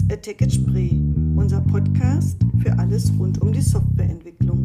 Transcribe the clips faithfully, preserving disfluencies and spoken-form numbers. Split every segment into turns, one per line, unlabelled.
ist A Ticket Spree, unser Podcast für alles rund um die Softwareentwicklung.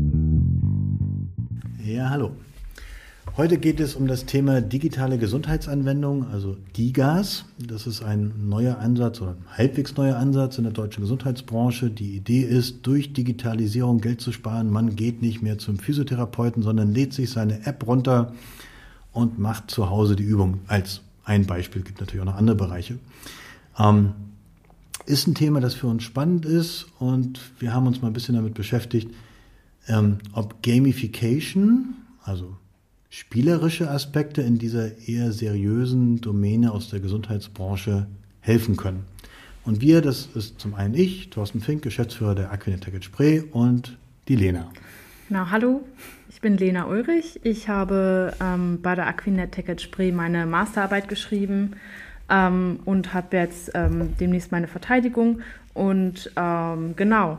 Ja, hallo. Heute geht es um das Thema digitale Gesundheitsanwendungen, also DiGAs. Das ist ein neuer Ansatz oder ein halbwegs neuer Ansatz in der deutschen Gesundheitsbranche. Die Idee ist, durch Digitalisierung Geld zu sparen. Man geht nicht mehr zum Physiotherapeuten, sondern lädt sich seine App runter und macht zu Hause die Übung. Als ein Beispiel, gibt natürlich auch noch andere Bereiche. Ähm, ist ein Thema, das für uns spannend ist, und wir haben uns mal ein bisschen damit beschäftigt, ähm, ob Gamification, also spielerische Aspekte in dieser eher seriösen Domäne aus der Gesundheitsbranche helfen können. Und wir, das ist zum einen ich, Thorsten Fink, Geschäftsführer der Aquinet Ticket Spree, und die Lena.
Na, hallo, ich bin Lena Ulrich. Ich habe ähm, bei der Aquinet Ticket Spree meine Masterarbeit geschrieben ähm, und habe jetzt ähm, demnächst meine Verteidigung. Und ähm, genau,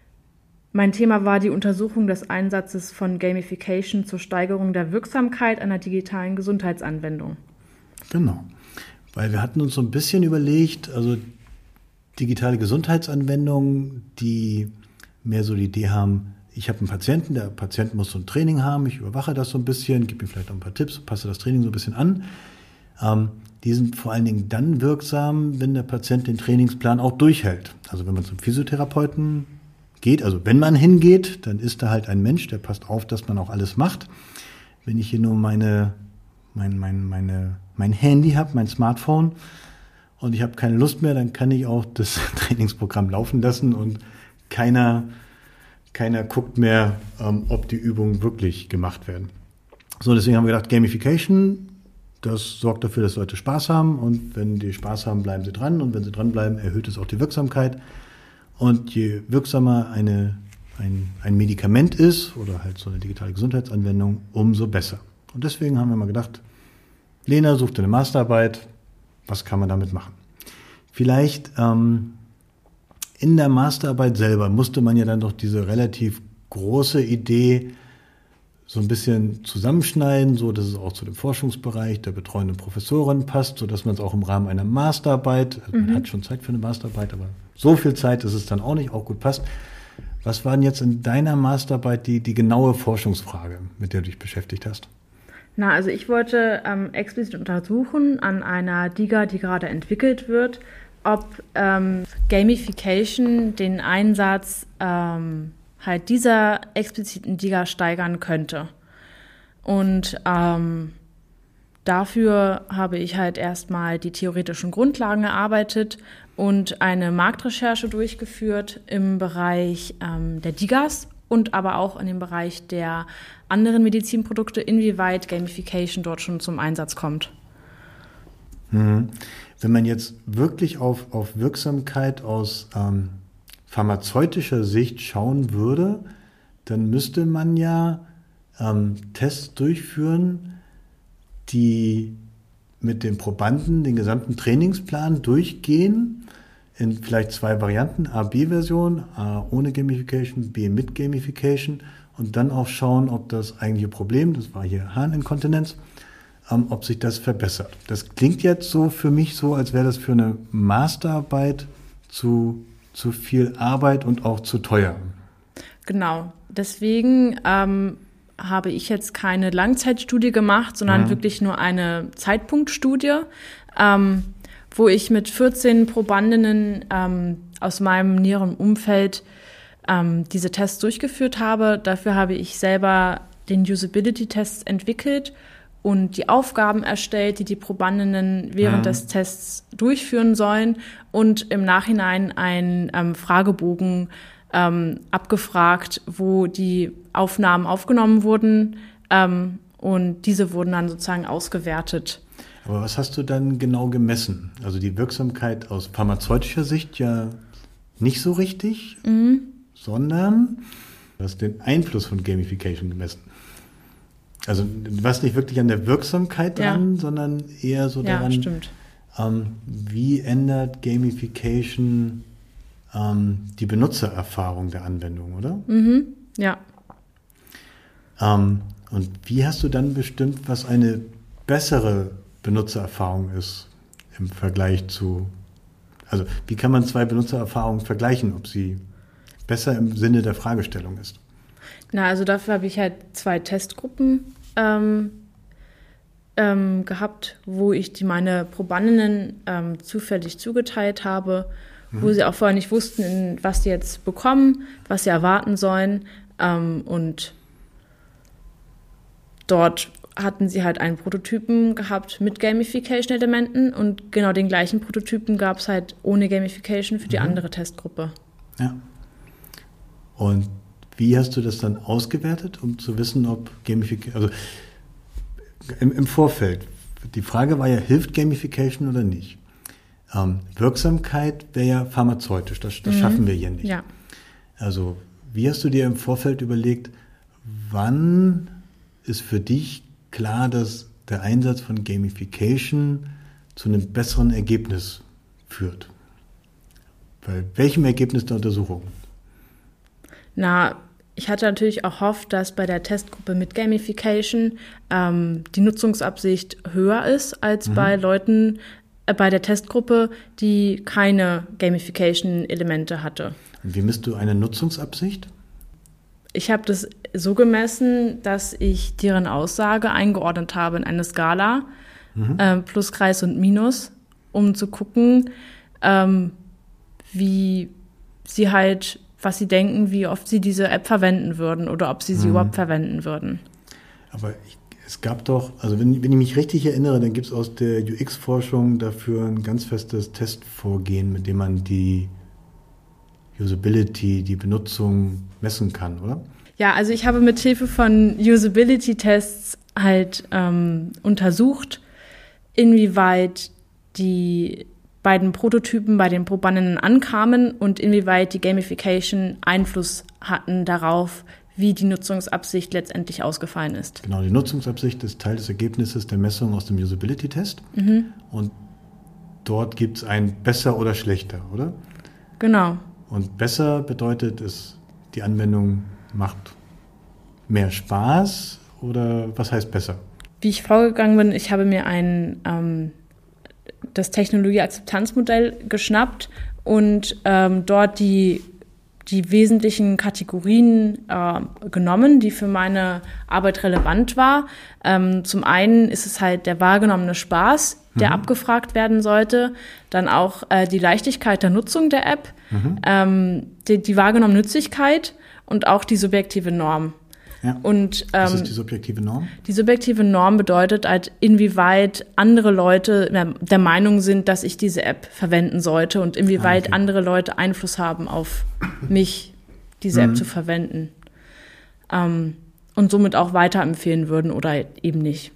mein Thema war die Untersuchung des Einsatzes von Gamification zur Steigerung der Wirksamkeit einer digitalen Gesundheitsanwendung.
Genau, weil wir hatten uns so ein bisschen überlegt, also digitale Gesundheitsanwendungen, die mehr so die Idee haben, ich habe einen Patienten, der Patient muss so ein Training haben, ich überwache das so ein bisschen, gebe ihm vielleicht auch ein paar Tipps, passe das Training so ein bisschen an. Ähm, die sind vor allen Dingen dann wirksam, wenn der Patient den Trainingsplan auch durchhält. Also wenn man zum Physiotherapeuten geht, also wenn man hingeht, dann ist da halt ein Mensch, der passt auf, dass man auch alles macht. Wenn ich hier nur meine, mein, mein, meine, mein Handy habe, mein Smartphone, und ich habe keine Lust mehr, dann kann ich auch das Trainingsprogramm laufen lassen und keiner, keiner guckt mehr, ähm, ob die Übungen wirklich gemacht werden. So, deswegen haben wir gedacht, Gamification, das sorgt dafür, dass Leute Spaß haben, und wenn die Spaß haben, bleiben sie dran, und wenn sie dranbleiben, erhöht es auch die Wirksamkeit. Und je wirksamer eine, ein, ein Medikament ist oder halt so eine digitale Gesundheitsanwendung, umso besser. Und deswegen haben wir mal gedacht, Lena suchte eine Masterarbeit, was kann man damit machen? Vielleicht ähm, in der Masterarbeit selber musste man ja dann doch diese relativ große Idee so ein bisschen zusammenschneiden, so dass es auch zu dem Forschungsbereich der betreuenden Professorin passt, so dass man es auch im Rahmen einer Masterarbeit, also mhm. man hat schon Zeit für eine Masterarbeit, aber so viel Zeit ist es dann auch nicht, auch gut passt. Was war denn jetzt in deiner Masterarbeit die, die genaue Forschungsfrage, mit der du dich beschäftigt hast?
Na, also ich wollte ähm, explizit untersuchen an einer DiGA, die gerade entwickelt wird, ob ähm, Gamification den Einsatz ähm, halt dieser expliziten DiGA steigern könnte. Und ähm, dafür habe ich halt erstmal die theoretischen Grundlagen erarbeitet und eine Marktrecherche durchgeführt im Bereich ähm, der DiGAs und aber auch in dem Bereich der anderen Medizinprodukte, inwieweit Gamification dort schon zum Einsatz kommt.
Mhm. Wenn man jetzt wirklich auf, auf Wirksamkeit aus ähm, pharmazeutischer Sicht schauen würde, dann müsste man ja ähm, Tests durchführen, die mit den Probanden den gesamten Trainingsplan durchgehen, in vielleicht zwei Varianten, A-B-Version, A ohne Gamification, B mit Gamification, und dann auch schauen, ob das eigentliche Problem, das war hier Harninkontinenz, ähm, ob sich das verbessert. Das klingt jetzt so für mich so, als wäre das für eine Masterarbeit zu, zu viel Arbeit und auch zu teuer.
Genau, deswegen ähm, habe ich jetzt keine Langzeitstudie gemacht, sondern mhm. wirklich nur eine Zeitpunktstudie, ähm, wo ich mit vierzehn Probandinnen ähm, aus meinem näheren Umfeld ähm, diese Tests durchgeführt habe. Dafür habe ich selber den Usability-Test entwickelt und die Aufgaben erstellt, die die Probandinnen während mhm. des Tests durchführen sollen, und im Nachhinein einen ähm, Fragebogen ähm, abgefragt, wo die Aufnahmen aufgenommen wurden, ähm, und diese wurden dann sozusagen ausgewertet.
Aber was hast du dann genau gemessen? Also die Wirksamkeit aus pharmazeutischer Sicht ja nicht so richtig, mhm. sondern du hast den Einfluss von Gamification gemessen. Also du warst nicht wirklich an der Wirksamkeit dran, ja. sondern eher so daran,
ja, stimmt.
Ähm, wie ändert Gamification ähm, die Benutzererfahrung der Anwendung, oder?
Mhm. Ja.
Ähm, und wie hast du dann bestimmt, was eine bessere Benutzererfahrung ist im Vergleich zu Also wie kann man zwei Benutzererfahrungen vergleichen, ob sie besser im Sinne der Fragestellung ist?
Na, also dafür habe ich halt zwei Testgruppen ähm, ähm, gehabt, wo ich die meine Probandinnen ähm, zufällig zugeteilt habe, mhm. wo sie auch vorher nicht wussten, was sie jetzt bekommen, was sie erwarten sollen. Ähm, und dort hatten sie halt einen Prototypen gehabt mit Gamification-Elementen und genau den gleichen Prototypen gab es halt ohne Gamification für die mhm. andere Testgruppe.
Ja. Und wie hast du das dann ausgewertet, um zu wissen, ob Gamification, also im, im Vorfeld, die Frage war ja, hilft Gamification oder nicht? Ähm, Wirksamkeit wäre ja pharmazeutisch, das, das mhm. schaffen wir hier nicht.
Ja.
Also wie hast du dir im Vorfeld überlegt, wann ist für dich klar, dass der Einsatz von Gamification zu einem besseren Ergebnis führt? Bei welchem Ergebnis der Untersuchung?
Na, ich hatte natürlich auch gehofft, dass bei der Testgruppe mit Gamification ähm, die Nutzungsabsicht höher ist als mhm. bei Leuten, äh, bei der Testgruppe, die keine Gamification-Elemente hatte.
Und wie misst du eine Nutzungsabsicht?
Ich habe das so gemessen, dass ich deren Aussage eingeordnet habe in eine Skala, mhm. äh, Plus, Kreis und Minus, um zu gucken, ähm, wie sie halt, was sie denken, wie oft sie diese App verwenden würden oder ob sie sie mhm. überhaupt verwenden würden.
Aber ich, es gab doch, also wenn, wenn ich mich richtig erinnere, dann gibt es aus der U X-Forschung dafür ein ganz festes Testvorgehen, mit dem man die Usability, die Benutzung messen kann, oder?
Ja, also ich habe mit Hilfe von Usability-Tests halt ähm, untersucht, inwieweit die beiden Prototypen bei den Probandinnen ankamen und inwieweit die Gamification Einfluss hatten darauf, wie die Nutzungsabsicht letztendlich ausgefallen ist.
Genau, die Nutzungsabsicht ist Teil des Ergebnisses der Messung aus dem Usability-Test.
Mhm.
Und dort gibt es ein besser oder schlechter, oder?
Genau.
Und besser bedeutet es, die Anwendung macht mehr Spaß oder was heißt besser?
Wie ich vorgegangen bin, ich habe mir ein ähm, das Technologie-Akzeptanzmodell geschnappt und ähm, dort die, die wesentlichen Kategorien äh, genommen, die für meine Arbeit relevant war. Ähm, zum einen ist es halt der wahrgenommene Spaß, der mhm. abgefragt werden sollte. Dann auch äh, die Leichtigkeit der Nutzung der App, mhm. ähm, die, die wahrgenommene Nützlichkeit und auch die subjektive Norm.
Ja.
Und, ähm,
was ist die subjektive Norm?
Die subjektive Norm bedeutet halt, inwieweit andere Leute der, der Meinung sind, dass ich diese App verwenden sollte und inwieweit ah, okay. andere Leute Einfluss haben auf mich, diese mhm. App zu verwenden. Ähm, und somit auch weiterempfehlen würden oder eben nicht.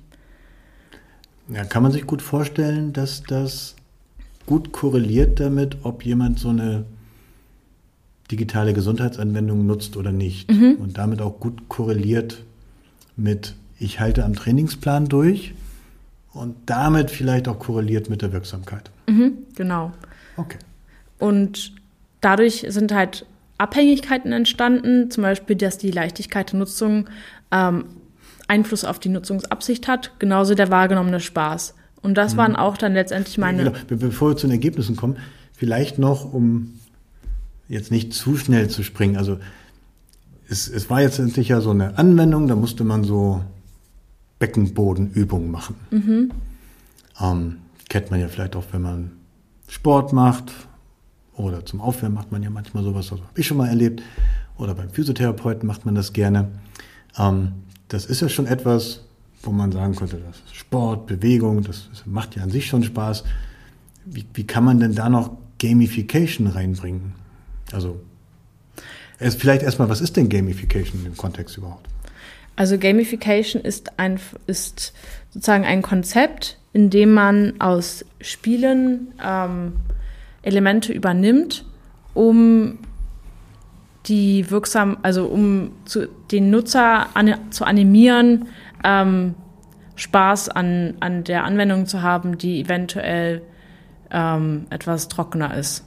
Ja, kann man sich gut vorstellen, dass das gut korreliert damit, ob jemand so eine digitale Gesundheitsanwendung nutzt oder nicht. Mhm. Und damit auch gut korreliert mit, ich halte am Trainingsplan durch und damit vielleicht auch korreliert mit der Wirksamkeit.
Mhm, genau.
Okay.
Und dadurch sind halt Abhängigkeiten entstanden, zum Beispiel, dass die Leichtigkeit der Nutzung ähm, Einfluss auf die Nutzungsabsicht hat, genauso der wahrgenommene Spaß. Und das mhm. waren auch dann letztendlich meine...
Genau. Bevor wir zu den Ergebnissen kommen, vielleicht noch, um jetzt nicht zu schnell zu springen. Also es, es war jetzt endlich ja so eine Anwendung, da musste man so Beckenbodenübungen machen. Mhm. Ähm, kennt man ja vielleicht auch, wenn man Sport macht oder zum Aufwärmen macht man ja manchmal sowas, also habe ich schon mal erlebt. Oder beim Physiotherapeuten macht man das gerne. Ähm, das ist ja schon etwas, wo man sagen könnte, das ist Sport, Bewegung, das, das macht ja an sich schon Spaß. Wie, wie kann man denn da noch Gamification reinbringen? Also erst, vielleicht erstmal, was ist denn Gamification in dem Kontext überhaupt?
Also Gamification ist, ein, ist sozusagen ein Konzept, in dem man aus Spielen ähm, Elemente übernimmt, um die wirksam, also um zu, den Nutzer an, zu animieren, ähm, Spaß an, an der Anwendung zu haben, die eventuell ähm, etwas trockener ist.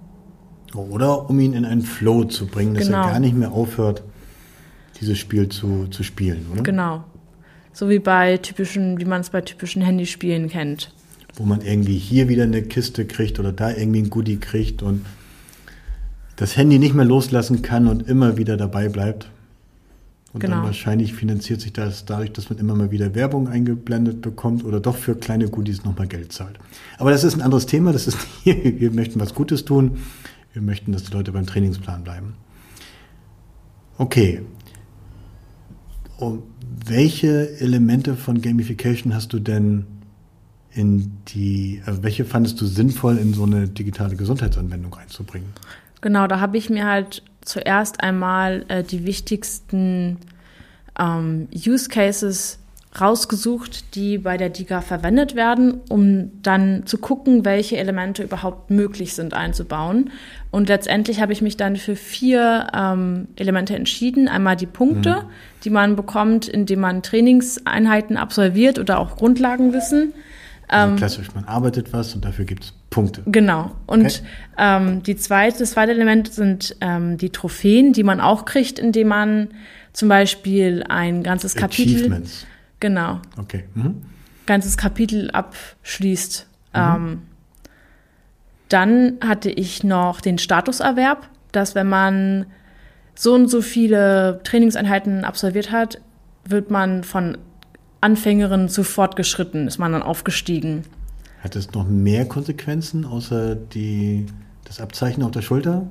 Oder um ihn in einen Flow zu bringen, dass
genau.
er gar nicht mehr aufhört, dieses Spiel zu, zu spielen, oder?
Genau. So wie bei typischen, wie man es bei typischen Handyspielen kennt.
wo man irgendwie hier wieder eine Kiste kriegt oder da irgendwie ein Goodie kriegt und das Handy nicht mehr loslassen kann und immer wieder dabei bleibt. Und genau. Dann wahrscheinlich finanziert sich das dadurch, dass man immer mal wieder Werbung eingeblendet bekommt oder doch für kleine Goodies nochmal Geld zahlt. Aber das ist ein anderes Thema. Das ist hier, wir möchten was Gutes tun. Wir möchten, dass die Leute beim Trainingsplan bleiben. Okay. Und welche Elemente von Gamification hast du denn in die, also welche fandest du sinnvoll, in so eine digitale Gesundheitsanwendung einzubringen?
Genau, da habe ich mir halt zuerst einmal äh, die wichtigsten ähm, Use Cases rausgesucht, die bei der DIGA verwendet werden, um dann zu gucken, welche Elemente überhaupt möglich sind einzubauen. Und letztendlich habe ich mich dann für vier ähm, Elemente entschieden. Einmal die Punkte, mhm. die man bekommt, indem man Trainingseinheiten absolviert oder auch Grundlagenwissen.
Also ähm, klassisch, man arbeitet was und dafür gibt es Punkte.
Genau. Und okay. ähm, die zweite, das zweite Element sind ähm, die Trophäen, die man auch kriegt, indem man zum Beispiel ein ganzes Kapitel...
Achievements.
Genau.
Okay. Mhm.
Ganzes Kapitel abschließt. Mhm. Ähm, dann hatte ich noch den Statuserwerb, dass wenn man so und so viele Trainingseinheiten absolviert hat, wird man von Anfängerin zu fortgeschritten, ist man dann aufgestiegen.
Hat es noch mehr Konsequenzen, außer die, das Abzeichen auf der Schulter?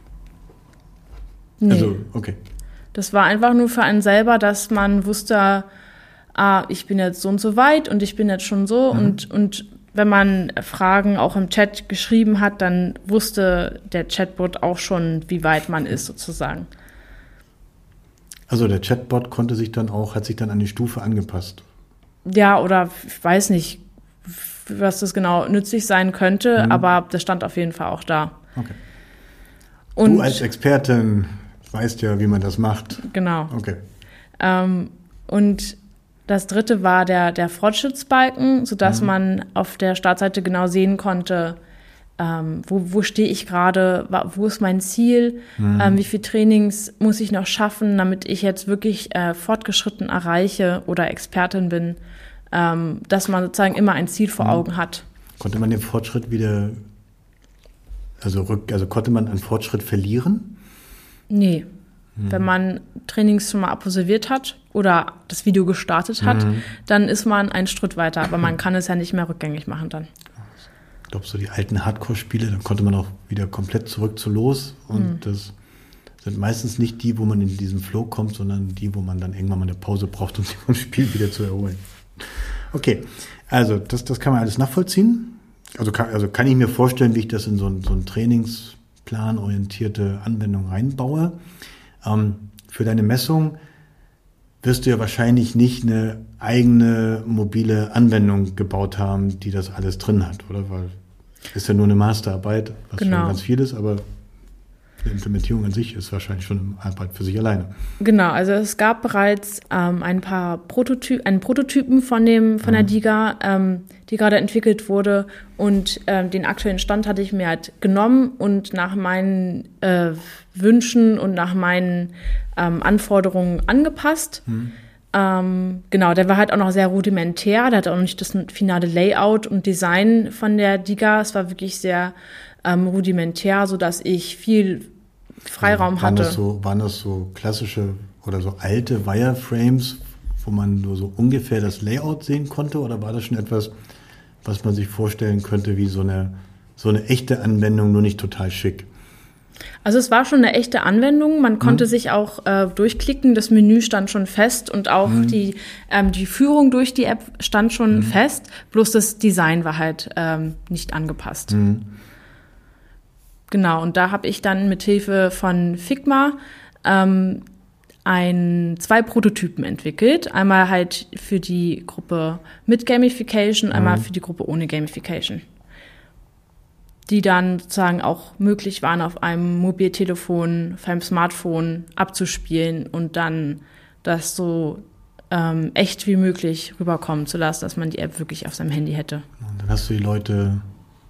Nee.
Also, okay.
Das war einfach nur für einen selber, dass man wusste, ah, ich bin jetzt so und so weit und ich bin jetzt schon so. Mhm. Und, und wenn man Fragen auch im Chat geschrieben hat, dann wusste der Chatbot auch schon, wie weit man ist, sozusagen.
Also der Chatbot konnte sich dann auch, hat sich dann an die Stufe angepasst.
Ja, oder ich weiß nicht, was das genau nützlich sein könnte, mhm. aber das stand auf jeden Fall auch da.
Okay.
Und
du als Expertin weißt ja, wie man das macht.
Genau.
Okay.
Ähm, und das dritte war der, der Fortschrittsbalken, sodass mhm. man auf der Startseite genau sehen konnte, ähm, wo, wo stehe ich gerade, wo ist mein Ziel, mhm. ähm, wie viele Trainings muss ich noch schaffen, damit ich jetzt wirklich äh, fortgeschritten erreiche oder Expertin bin, ähm, dass man sozusagen immer ein Ziel vor mhm. Augen hat.
Konnte man den Fortschritt wieder, also, rück, also konnte man einen Fortschritt verlieren?
Nee. Mhm. Wenn man Trainings schon mal absolviert hat oder das Video gestartet hat, mhm. dann ist man einen Schritt weiter, aber man kann es ja nicht mehr rückgängig machen dann.
Ich glaube, so die alten Hardcore-Spiele, da konnte man auch wieder komplett zurück zu los. Und mhm. das sind meistens nicht die, wo man in diesen Flow kommt, sondern die, wo man dann irgendwann mal eine Pause braucht, um sich vom Spiel wieder zu erholen. Okay, also das, das kann man alles nachvollziehen. Also kann, also kann ich mir vorstellen, wie ich das in so ein, so ein trainingsplanorientierte Anwendung reinbaue. Ähm, für deine Messung wirst du ja wahrscheinlich nicht eine eigene mobile Anwendung gebaut haben, die das alles drin hat, oder? Weil ist ja nur eine Masterarbeit, was genau. schon ganz viel ist, aber die Implementierung an sich ist wahrscheinlich schon eine Arbeit für sich alleine.
Genau, also es gab bereits ähm, ein paar Prototy- einen Prototypen von dem von der DIGA, ähm, die gerade entwickelt wurde, und ähm, den aktuellen Stand hatte ich mir halt genommen und nach meinen äh, Wünschen und nach meinen ähm, Anforderungen angepasst. Mhm. Ähm, genau, der war halt auch noch sehr rudimentär, der hatte auch nicht das finale Layout und Design von der DIGA. Es war wirklich sehr ähm, rudimentär, sodass ich viel Freiraum
also waren
hatte.
Das so, waren das so klassische oder so alte Wireframes, wo man nur so ungefähr das Layout sehen konnte, oder war das schon etwas, was man sich vorstellen könnte wie so eine, so eine echte Anwendung, nur nicht total schick?
Also es war schon eine echte Anwendung. Man konnte mhm. sich auch äh, durchklicken. Das Menü stand schon fest und auch mhm. die, ähm, die Führung durch die App stand schon mhm. fest. Bloß das Design war halt ähm, nicht angepasst. Mhm. Genau, und da habe ich dann mit Hilfe von Figma ähm, ein, zwei Prototypen entwickelt. Einmal halt für die Gruppe mit Gamification, mhm. einmal für die Gruppe ohne Gamification, die dann sozusagen auch möglich waren, auf einem Mobiltelefon, auf einem Smartphone abzuspielen und dann das so ähm, echt wie möglich rüberkommen zu lassen, dass man die App wirklich auf seinem Handy hätte.
Und dann hast du die Leute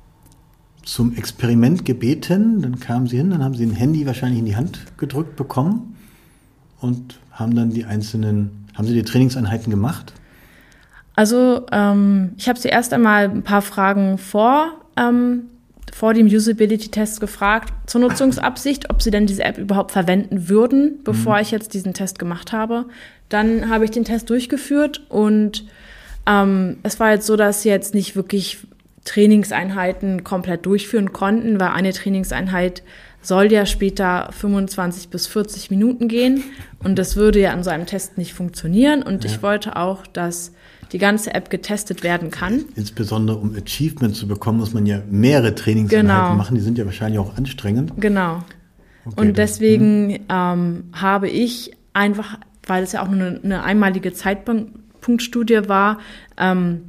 zum Experiment gebeten, dann kamen sie hin, dann haben sie ein Handy wahrscheinlich in die Hand gedrückt bekommen und haben dann die einzelnen, haben sie die Trainingseinheiten gemacht?
Also ähm, ich habe sie erst einmal ein paar Fragen vor, ähm, vor dem Usability-Test gefragt, zur Nutzungsabsicht, ob sie denn diese App überhaupt verwenden würden, bevor mhm. ich jetzt diesen Test gemacht habe. Dann habe ich den Test durchgeführt und ähm, es war jetzt so, dass sie jetzt nicht wirklich Trainingseinheiten komplett durchführen konnten, weil eine Trainingseinheit soll ja später fünfundzwanzig bis vierzig Minuten gehen und das würde ja an so einem Test nicht funktionieren und ja. ich wollte auch, dass die ganze App getestet werden kann.
Insbesondere um Achievement zu bekommen, muss man ja mehrere Trainingseinheiten genau. machen, die sind ja wahrscheinlich auch anstrengend.
Genau. Okay, und deswegen hm. ähm, habe ich einfach, weil es ja auch nur eine, eine einmalige Zeitpunktstudie war, ähm,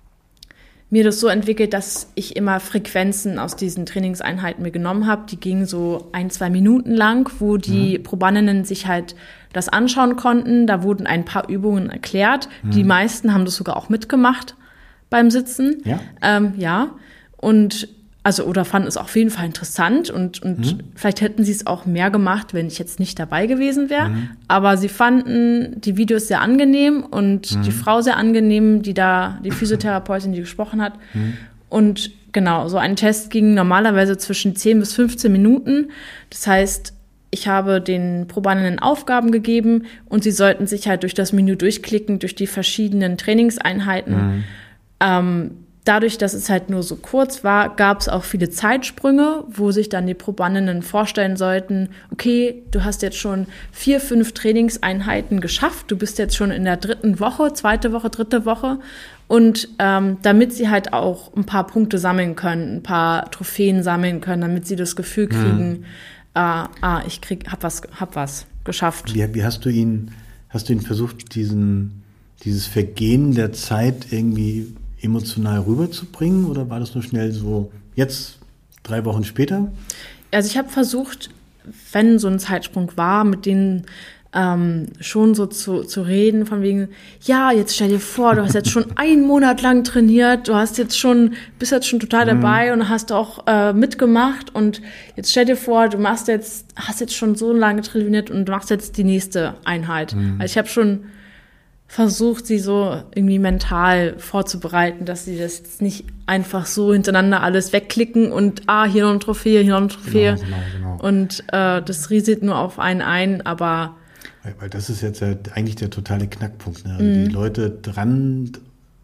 mir das so entwickelt, dass ich immer Frequenzen aus diesen Trainingseinheiten mir genommen habe. Die gingen so ein, zwei Minuten lang, wo die mhm. Probandinnen sich halt das anschauen konnten. Da wurden ein paar Übungen erklärt. Mhm. Die meisten haben das sogar auch mitgemacht beim Sitzen.
Ja.
Ähm, ja. Und also oder fanden es auf jeden Fall interessant und, und mhm. vielleicht hätten sie es auch mehr gemacht, wenn ich jetzt nicht dabei gewesen wäre. Mhm. Aber sie fanden die Videos sehr angenehm und mhm. die Frau sehr angenehm, die da, die Physiotherapeutin, die gesprochen hat. Mhm. Und genau, so ein Test ging normalerweise zwischen zehn bis fünfzehn Minuten. Das heißt, ich habe den Probandinnen Aufgaben gegeben und sie sollten sich halt durch das Menü durchklicken, durch die verschiedenen Trainingseinheiten. Mhm. Ähm, Dadurch, dass es halt nur so kurz war, gab es auch viele Zeitsprünge, wo sich dann die Probandinnen vorstellen sollten, okay, du hast jetzt schon vier, fünf Trainingseinheiten geschafft, du bist jetzt schon in der dritten Woche, zweite Woche, dritte Woche. Und ähm, damit sie halt auch ein paar Punkte sammeln können, ein paar Trophäen sammeln können, damit sie das Gefühl kriegen, mhm. äh, ah, ich krieg, hab was, hab was geschafft.
Wie, wie hast du ihn, hast du ihn versucht, diesen, dieses Vergehen der Zeit irgendwie emotional rüberzubringen oder war das nur schnell so, jetzt drei Wochen später?
Also ich habe versucht, wenn so ein Zeitsprung war, mit denen ähm, schon so zu, zu reden, von wegen, ja, jetzt stell dir vor, du hast jetzt schon einen Monat lang trainiert, du hast jetzt schon, bist jetzt schon total dabei mhm. und hast auch äh, mitgemacht und jetzt stell dir vor, du machst jetzt, hast jetzt schon so lange trainiert und machst jetzt die nächste Einheit. Mhm. Also ich habe schon versucht, sie so irgendwie mental vorzubereiten, dass sie das jetzt nicht einfach so hintereinander alles wegklicken und ah, hier noch eine Trophäe, hier noch eine Trophäe.
Genau, genau, genau.
Und äh, das rieselt nur auf einen ein, aber
Weil, weil das ist jetzt ja eigentlich der totale Knackpunkt. Ne? Also mhm. die Leute dran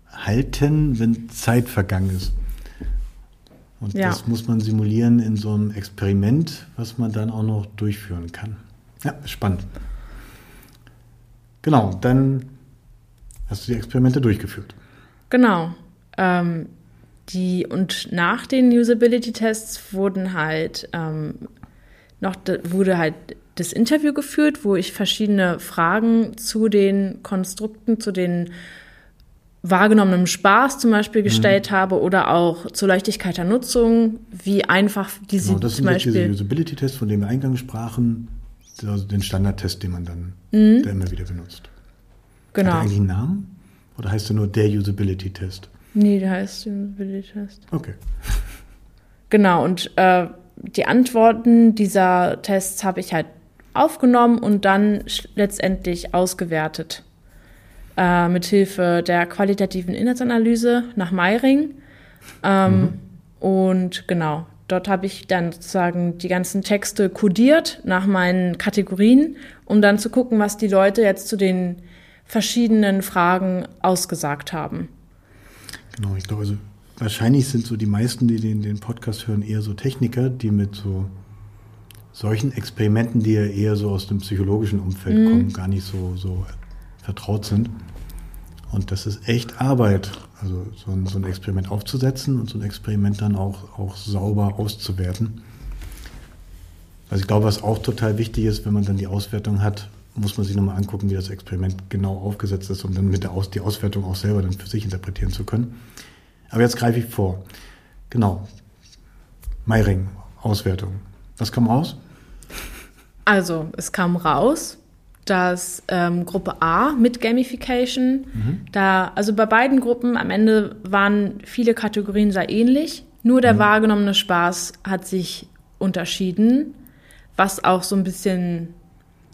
halten, wenn Zeit vergangen ist. Und ja. das muss man simulieren in so einem Experiment, was man dann auch noch durchführen kann. Ja, spannend. Genau, dann hast du die Experimente durchgeführt.
Genau. Ähm, die, und nach den Usability-Tests wurden halt ähm, noch wurde halt das Interview geführt, wo ich verschiedene Fragen zu den Konstrukten, zu den wahrgenommenen Spaß zum Beispiel gestellt mhm. habe oder auch zur Leichtigkeit der Nutzung, wie einfach diese
genau, das
zum
sind
Beispiel
diese Usability-Tests, von denen wir eingangs sprachen, also den Standardtest, den man dann mhm. der immer wieder benutzt.
Genau.
Hat der eigentlich einen Namen? Oder heißt er nur der Usability-Test?
Nee, der heißt Usability-Test.
Okay.
Genau, und äh, die Antworten dieser Tests habe ich halt aufgenommen und dann letztendlich ausgewertet. Äh, mithilfe der qualitativen Inhaltsanalyse nach Meyring. Ähm, mhm. Und genau, dort habe ich dann sozusagen die ganzen Texte kodiert nach meinen Kategorien, um dann zu gucken, was die Leute jetzt zu den verschiedenen Fragen ausgesagt haben.
Genau, ich glaube, also wahrscheinlich sind so die meisten, die den, den Podcast hören, eher so Techniker, die mit so solchen Experimenten, die ja eher so aus dem psychologischen Umfeld mhm. kommen, gar nicht so, so vertraut sind. Und das ist echt Arbeit, also so ein, so ein Experiment aufzusetzen und so ein Experiment dann auch, auch sauber auszuwerten. Also ich glaube, was auch total wichtig ist, wenn man dann die Auswertung hat, muss man sich nochmal angucken, wie das Experiment genau aufgesetzt ist, um dann mit der Aus- die Auswertung auch selber dann für sich interpretieren zu können. Aber jetzt greife ich vor. Genau. Meyring, Auswertung. Was kam raus?
Also, es kam raus, dass ähm, Gruppe A mit Gamification, mhm. da, also bei beiden Gruppen am Ende waren viele Kategorien sehr ähnlich, nur der mhm. wahrgenommene Spaß hat sich unterschieden, was auch so ein bisschen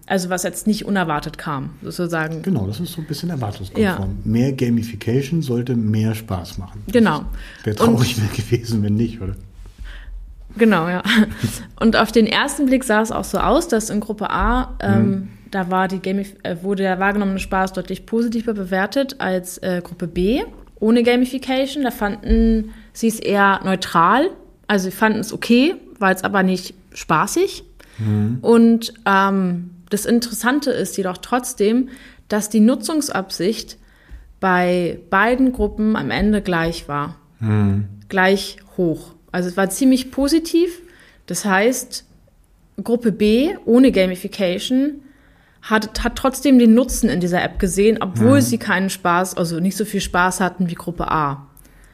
Also was jetzt nicht unerwartet kam, sozusagen.
Genau, das ist so ein bisschen erwartungskonform.
Ja.
Mehr Gamification sollte mehr Spaß machen.
Genau.
Wäre traurig Und, gewesen, wenn nicht, oder?
Genau, ja. Und auf den ersten Blick sah es auch so aus, dass in Gruppe A, ähm, mhm. da war die Gamif- äh, wurde der wahrgenommene Spaß deutlich positiver bewertet als äh, Gruppe B, ohne Gamification. Da fanden sie es eher neutral. Also sie fanden es okay, war es aber nicht spaßig. Mhm. Und ähm, das Interessante ist jedoch trotzdem, dass die Nutzungsabsicht bei beiden Gruppen am Ende gleich war. Mhm. Gleich hoch. Also es war ziemlich positiv. Das heißt, Gruppe B ohne Gamification hat, hat trotzdem den Nutzen in dieser App gesehen, obwohl mhm. sie keinen Spaß, also nicht so viel Spaß hatten wie Gruppe A.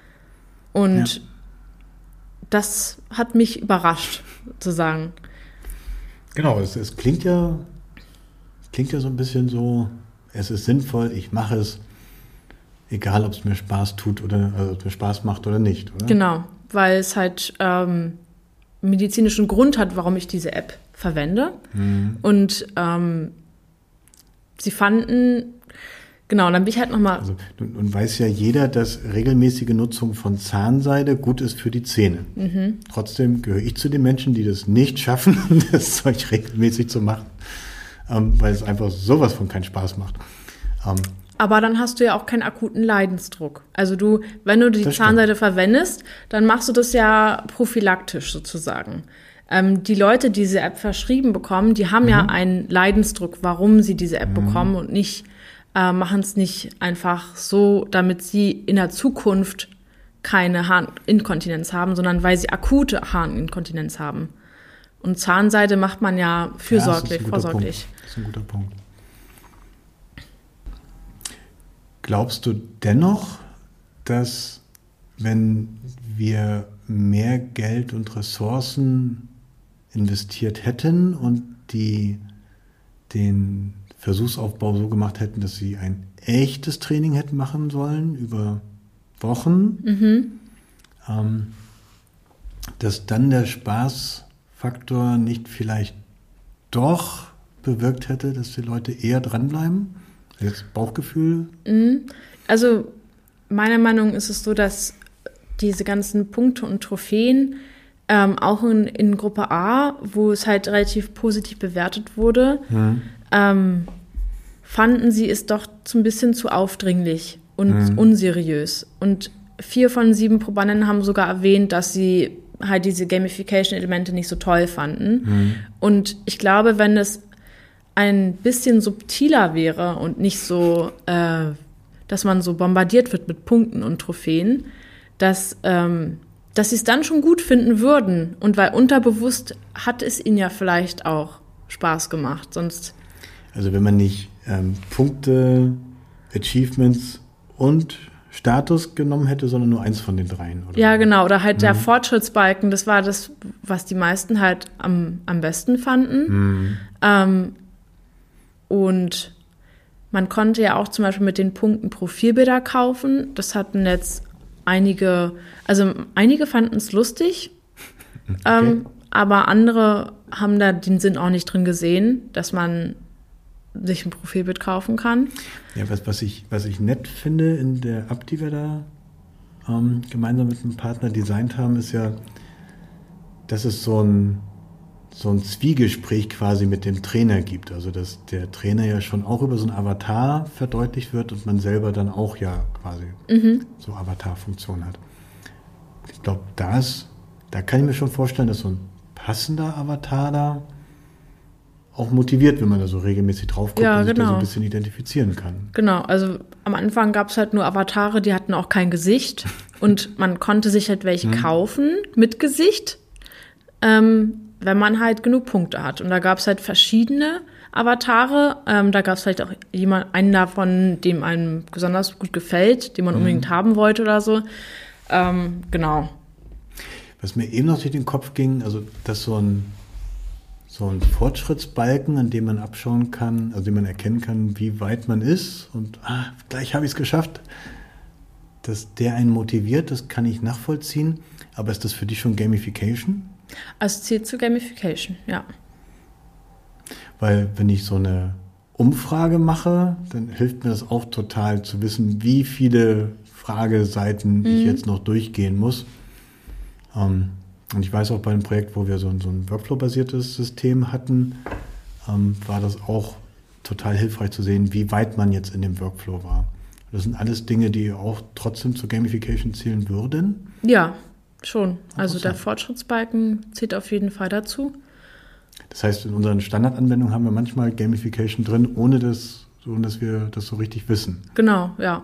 Und ja. das hat mich überrascht, sozusagen.
Genau, es, es klingt ja, klingt ja so ein bisschen so, es ist sinnvoll, ich mache es, egal ob es mir Spaß tut oder also ob es mir Spaß macht oder nicht, oder?
Genau, weil es halt ähm, medizinischen Grund hat, warum ich diese App verwende. Mhm. Und ähm, sie fanden, genau, dann bin ich halt nochmal...
Also, nun weiß ja jeder, dass regelmäßige Nutzung von Zahnseide gut ist für die Zähne. Mhm. Trotzdem gehöre ich zu den Menschen, die das nicht schaffen, das Zeug regelmäßig zu machen, ähm, weil es einfach sowas von keinen Spaß macht. Ähm,
Aber dann hast du ja auch keinen akuten Leidensdruck. Also du, wenn du die Zahnseide verwendest, dann machst du das ja prophylaktisch sozusagen. Ähm, die Leute, die diese App verschrieben bekommen, die haben mhm. ja einen Leidensdruck, warum sie diese App mhm. bekommen und nicht äh, machen es nicht einfach so, damit sie in der Zukunft keine Harninkontinenz haben, sondern weil sie akute Harninkontinenz haben. Und Zahnseide macht man ja fürsorglich,
ja,
vorsorglich.
Punkt. Das ist ein guter Punkt. Glaubst du dennoch, dass wenn wir mehr Geld und Ressourcen investiert hätten und die den Versuchsaufbau so gemacht hätten, dass sie ein echtes Training hätten machen sollen über Wochen, mhm. ähm, dass dann der Spaßfaktor nicht vielleicht doch bewirkt hätte, dass die Leute eher dranbleiben? Jetzt Bauchgefühl?
Also meiner Meinung nach ist es so, dass diese ganzen Punkte und Trophäen ähm, auch in, in Gruppe A, wo es halt relativ positiv bewertet wurde, mhm. ähm, fanden sie es doch so ein bisschen zu aufdringlich und mhm. unseriös. Und vier von sieben Probanden haben sogar erwähnt, dass sie halt diese Gamification-Elemente nicht so toll fanden. Mhm. Und ich glaube, wenn es ein bisschen subtiler wäre und nicht so, äh, dass man so bombardiert wird mit Punkten und Trophäen, dass, ähm, dass sie es dann schon gut finden würden. Und weil unterbewusst hat es ihnen ja vielleicht auch Spaß gemacht. Sonst
also wenn man nicht ähm, Punkte, Achievements und Status genommen hätte, sondern nur eins von den dreien. Oder
ja,
so.
genau. Oder halt mhm. der Fortschrittsbalken, das war das, was die meisten halt am, am besten fanden. Mhm. Ähm, Und man konnte ja auch zum Beispiel mit den Punkten Profilbilder kaufen. Das hatten jetzt einige, also einige fanden es lustig, okay. ähm, aber andere haben da den Sinn auch nicht drin gesehen, dass man sich ein Profilbild kaufen kann.
Ja, was, was, ich, was ich nett finde in der App, die wir da ähm, gemeinsam mit einem Partner designt haben, ist ja, dass es so ein so ein Zwiegespräch quasi mit dem Trainer gibt. Also dass der Trainer ja schon auch über so ein Avatar verdeutlicht wird und man selber dann auch ja quasi mhm. so Avatar-Funktion hat. Ich glaube, da ist, da kann ich mir schon vorstellen, dass so ein passender Avatar da auch motiviert, wenn man da so regelmäßig drauf guckt
ja,
und sich
genau.
da so ein bisschen identifizieren kann.
Genau, also am Anfang gab es halt nur Avatare, die hatten auch kein Gesicht und man konnte sich halt welche mhm. kaufen mit Gesicht. Ähm, wenn man halt genug Punkte hat. Und da gab es halt verschiedene Avatare. Ähm, da gab es vielleicht auch jemand, einen davon, dem einem besonders gut gefällt, den man mhm. unbedingt haben wollte oder so. Ähm, genau.
Was mir eben noch durch den Kopf ging, also dass so ein, so ein Fortschrittsbalken, an dem man abschauen kann, also dem man erkennen kann, wie weit man ist und ah, gleich habe ich es geschafft, dass der einen motiviert, das kann ich nachvollziehen. Aber ist das für dich schon Gamification?
Also zählt zu Gamification, ja.
weil wenn ich so eine Umfrage mache, dann hilft mir das auch total zu wissen, wie viele Frageseiten mhm. ich jetzt noch durchgehen muss. Ähm, und ich weiß auch bei einem Projekt, wo wir so ein, so ein Workflow-basiertes System hatten, ähm, war das auch total hilfreich zu sehen, wie weit man jetzt in dem Workflow war. Das sind alles Dinge, die auch trotzdem zur Gamification zählen würden.
Ja, schon. Also der Fortschrittsbalken zählt auf jeden Fall dazu.
Das heißt, in unseren Standardanwendungen haben wir manchmal Gamification drin, ohne das, ohne dass wir das so richtig wissen.
Genau, ja.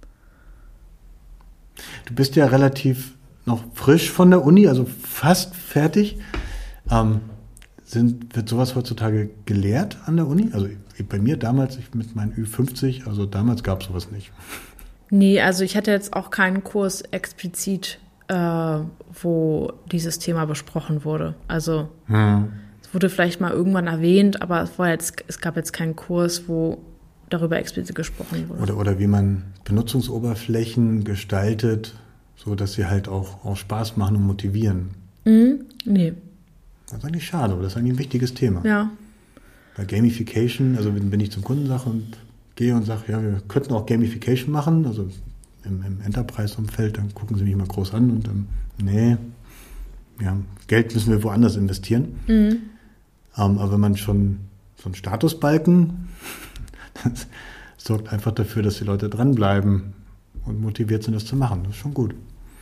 Du bist ja relativ noch frisch von der Uni, also fast fertig. Ähm, sind, wird sowas heutzutage gelehrt an der Uni? Also bei mir damals, ich mit meinen Ü fünfzig, also damals gab es sowas nicht.
Nee, also ich hatte jetzt auch keinen Kurs explizit, äh, wo dieses Thema besprochen wurde. Also hm. es wurde vielleicht mal irgendwann erwähnt, aber es, war jetzt, es gab jetzt keinen Kurs, wo darüber explizit gesprochen wurde.
Oder, oder wie man Benutzungsoberflächen gestaltet, so dass sie halt auch, auch Spaß machen und motivieren.
Mhm, nee.
Das ist eigentlich schade, aber das ist eigentlich ein wichtiges Thema.
Ja.
Bei Gamification, also wenn, wenn ich zum Kunden sage und gehe und sage, ja, wir könnten auch Gamification machen, also im, im Enterprise-Umfeld, dann gucken sie mich mal groß an und dann, nee, ja, Geld müssen wir woanders investieren. Mhm. Ähm, aber wenn man schon so einen Statusbalken, das sorgt einfach dafür, dass die Leute dranbleiben und motiviert sind, das zu machen. Das ist schon gut.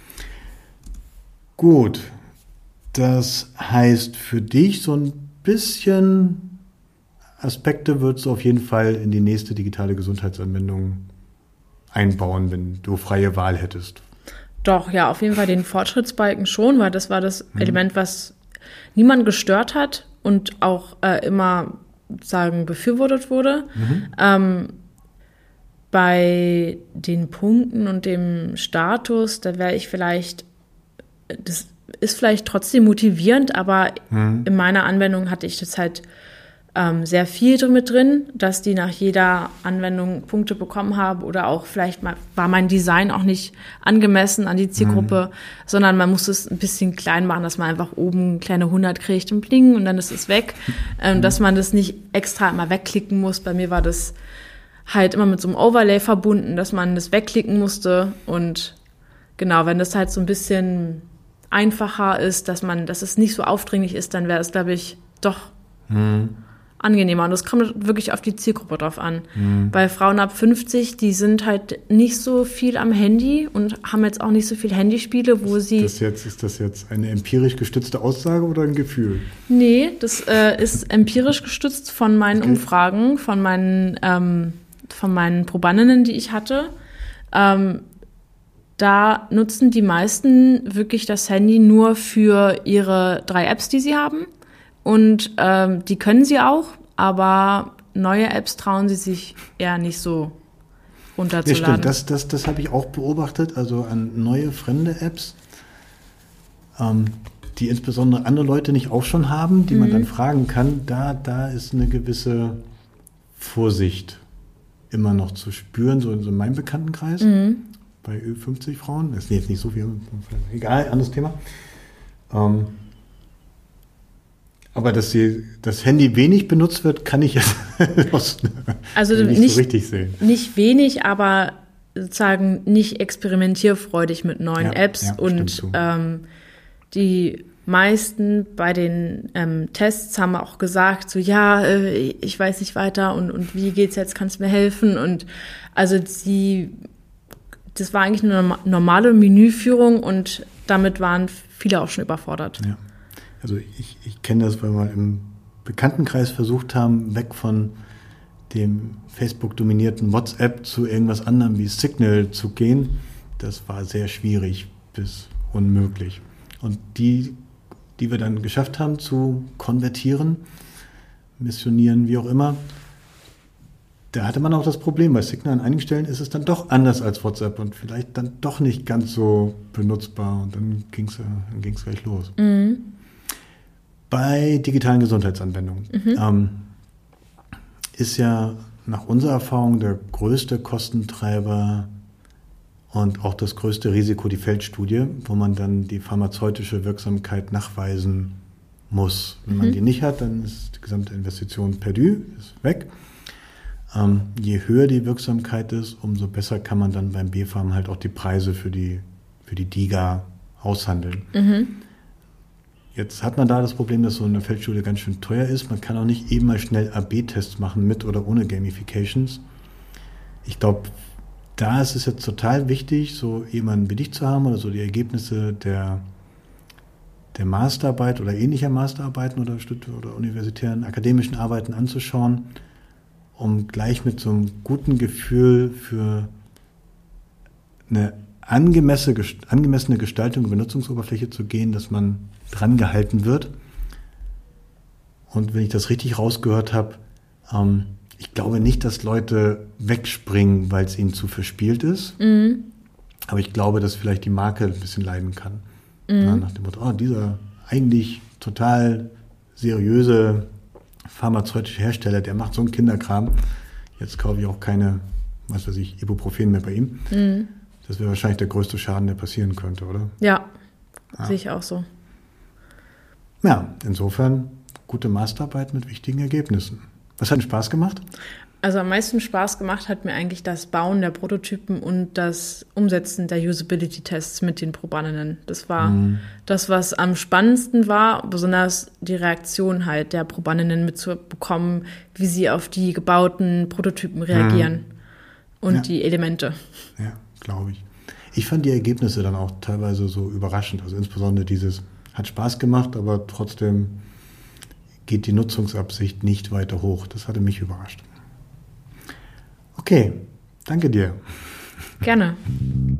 Gut. Das heißt, für dich so ein bisschen Aspekte würdest du auf jeden Fall in die nächste digitale Gesundheitsanwendung einbauen, wenn du freie Wahl hättest.
Doch, ja, auf jeden Fall den Fortschrittsbalken schon, weil das war das mhm. Element, was niemand gestört hat und auch äh, immer sagen befürwortet wurde. Mhm. Ähm, bei den Punkten und dem Status, da wäre ich vielleicht, das ist vielleicht trotzdem motivierend, aber mhm. in meiner Anwendung hatte ich das halt ähm, sehr viel mit drin, dass die nach jeder Anwendung Punkte bekommen haben oder auch vielleicht mal war mein Design auch nicht angemessen an die Zielgruppe, mhm. sondern man muss es ein bisschen klein machen, dass man einfach oben kleine hundert kriegt und bling und dann ist es weg, ähm, mhm. dass man das nicht extra immer wegklicken muss. Bei mir war das halt immer mit so einem Overlay verbunden, dass man das wegklicken musste und genau, wenn das halt so ein bisschen einfacher ist, dass man, dass es nicht so aufdringlich ist, dann wäre es, glaube ich, doch mhm. angenehmer. Und das kommt wirklich auf die Zielgruppe drauf an. Mhm. Bei Frauen ab fünfzig, die sind halt nicht so viel am Handy und haben jetzt auch nicht so viel Handyspiele, wo
ist
sie...
Das jetzt, ist das jetzt eine empirisch gestützte Aussage oder ein Gefühl?
Nee, das äh, ist empirisch gestützt von meinen okay. Umfragen, von meinen, ähm, von meinen Probandinnen, die ich hatte. Ähm, Da nutzen die meisten wirklich das Handy nur für ihre drei Apps, die sie haben. Und ähm, die können sie auch, aber neue Apps trauen sie sich eher nicht so runterzuladen.
Ja, stimmt, das, das, das habe ich auch beobachtet, also an neue, fremde Apps, ähm, die insbesondere andere Leute nicht auch schon haben, die mhm. man dann fragen kann, da, da ist eine gewisse Vorsicht immer noch zu spüren, so in, so in meinem Bekanntenkreis. Mhm. Bei Ü fünfzig Frauen, das ist jetzt nicht so viel, egal, anderes Thema. Ähm, aber dass sie, das Handy wenig benutzt wird, kann ich jetzt
also
nicht,
nicht
so richtig sehen.
Nicht wenig, aber sozusagen nicht experimentierfreudig mit neuen
ja,
Apps.
Ja,
und ähm, die meisten bei den ähm, Tests haben auch gesagt, so ja, äh, ich weiß nicht weiter und, und wie geht's jetzt, kannst du mir helfen? Und also sie... Das war eigentlich eine normale Menüführung und damit waren viele auch schon überfordert.
Ja. Also ich, ich kenne das, weil wir mal im Bekanntenkreis versucht haben, weg von dem Facebook-dominierten WhatsApp zu irgendwas anderem wie Signal zu gehen. Das war sehr schwierig bis unmöglich. Und die, die wir dann geschafft haben zu konvertieren, missionieren, wie auch immer, da hatte man auch das Problem, bei Signal an einigen Stellen ist es dann doch anders als WhatsApp und vielleicht dann doch nicht ganz so benutzbar und dann ging es dann ging's gleich los. Mhm. Bei digitalen Gesundheitsanwendungen mhm. ähm, ist ja nach unserer Erfahrung der größte Kostentreiber und auch das größte Risiko die Feldstudie, wo man dann die pharmazeutische Wirksamkeit nachweisen muss. Wenn man die nicht hat, dann ist die gesamte Investition perdu, ist weg. Ähm, je höher die Wirksamkeit ist, umso besser kann man dann beim B Pharm halt auch die Preise für die, für die DIGA aushandeln.
Mhm.
Jetzt hat man da das Problem, dass so eine Feldstudie ganz schön teuer ist. Man kann auch nicht eben mal schnell A B Tests machen mit oder ohne Gamifications. Ich glaube, da ist es jetzt total wichtig, so jemanden wie dich zu haben oder so die Ergebnisse der, der Masterarbeit oder ähnlicher Masterarbeiten oder, oder universitären akademischen Arbeiten anzuschauen, um gleich mit so einem guten Gefühl für eine angemessene, angemessene Gestaltung und Benutzungsoberfläche zu gehen, dass man dran gehalten wird. Und wenn ich das richtig rausgehört habe, ähm, ich glaube nicht, dass Leute wegspringen, weil es ihnen zu verspielt ist.
Mhm.
Aber ich glaube, dass vielleicht die Marke ein bisschen leiden kann.
Mhm.
Ja, nach dem Motto, oh, dieser eigentlich total seriöse pharmazeutische Hersteller, der macht so einen Kinderkram. Jetzt kaufe ich auch keine, was weiß ich, Ibuprofen mehr bei ihm.
Mhm.
Das wäre wahrscheinlich der größte Schaden, der passieren könnte, oder?
Ja,
ja.
Sehe ich auch so.
Ja, insofern gute Masterarbeit mit wichtigen Ergebnissen. Was hat denn Spaß gemacht?
Also am meisten Spaß gemacht hat mir eigentlich das Bauen der Prototypen und das Umsetzen der Usability-Tests mit den Probanden. Das war mhm. das, was am spannendsten war, besonders die Reaktion halt der Probanden mitzubekommen, wie sie auf die gebauten Prototypen reagieren mhm. und
ja.
die Elemente.
Ja, glaube ich. Ich fand die Ergebnisse dann auch teilweise so überraschend. Also insbesondere dieses hat Spaß gemacht, aber trotzdem geht die Nutzungsabsicht nicht weiter hoch. Das hatte mich überrascht. Okay, danke dir.
Gerne.